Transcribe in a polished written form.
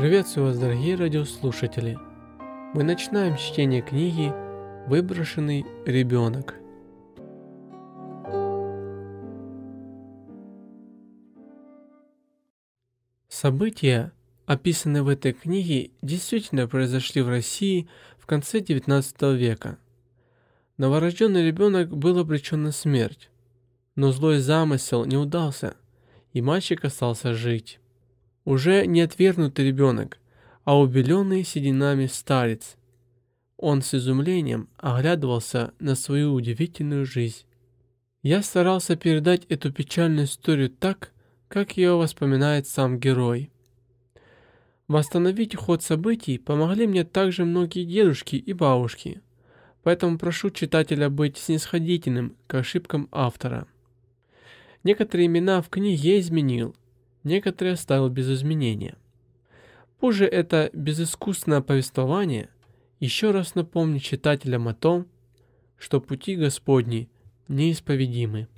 Приветствую вас, дорогие радиослушатели! Мы начинаем чтение книги «Выброшенный ребенок». События, описанные в этой книге, действительно произошли в России в конце XIX века. Новорожденный ребенок был обречен на смерть, но злой замысел не удался, и мальчик остался жить. Уже не отвергнутый ребенок, а убеленный сединами старец. Он с изумлением оглядывался на свою удивительную жизнь. Я старался передать эту печальную историю так, как ее воспоминает сам герой. Восстановить ход событий помогли мне также многие дедушки и бабушки, поэтому прошу читателя быть снисходительным к ошибкам автора. Некоторые имена в книге я изменил, некоторые оставил без изменения. Позже это безыскусное повествование еще раз напомнит читателям о том, что пути Господни неисповедимы.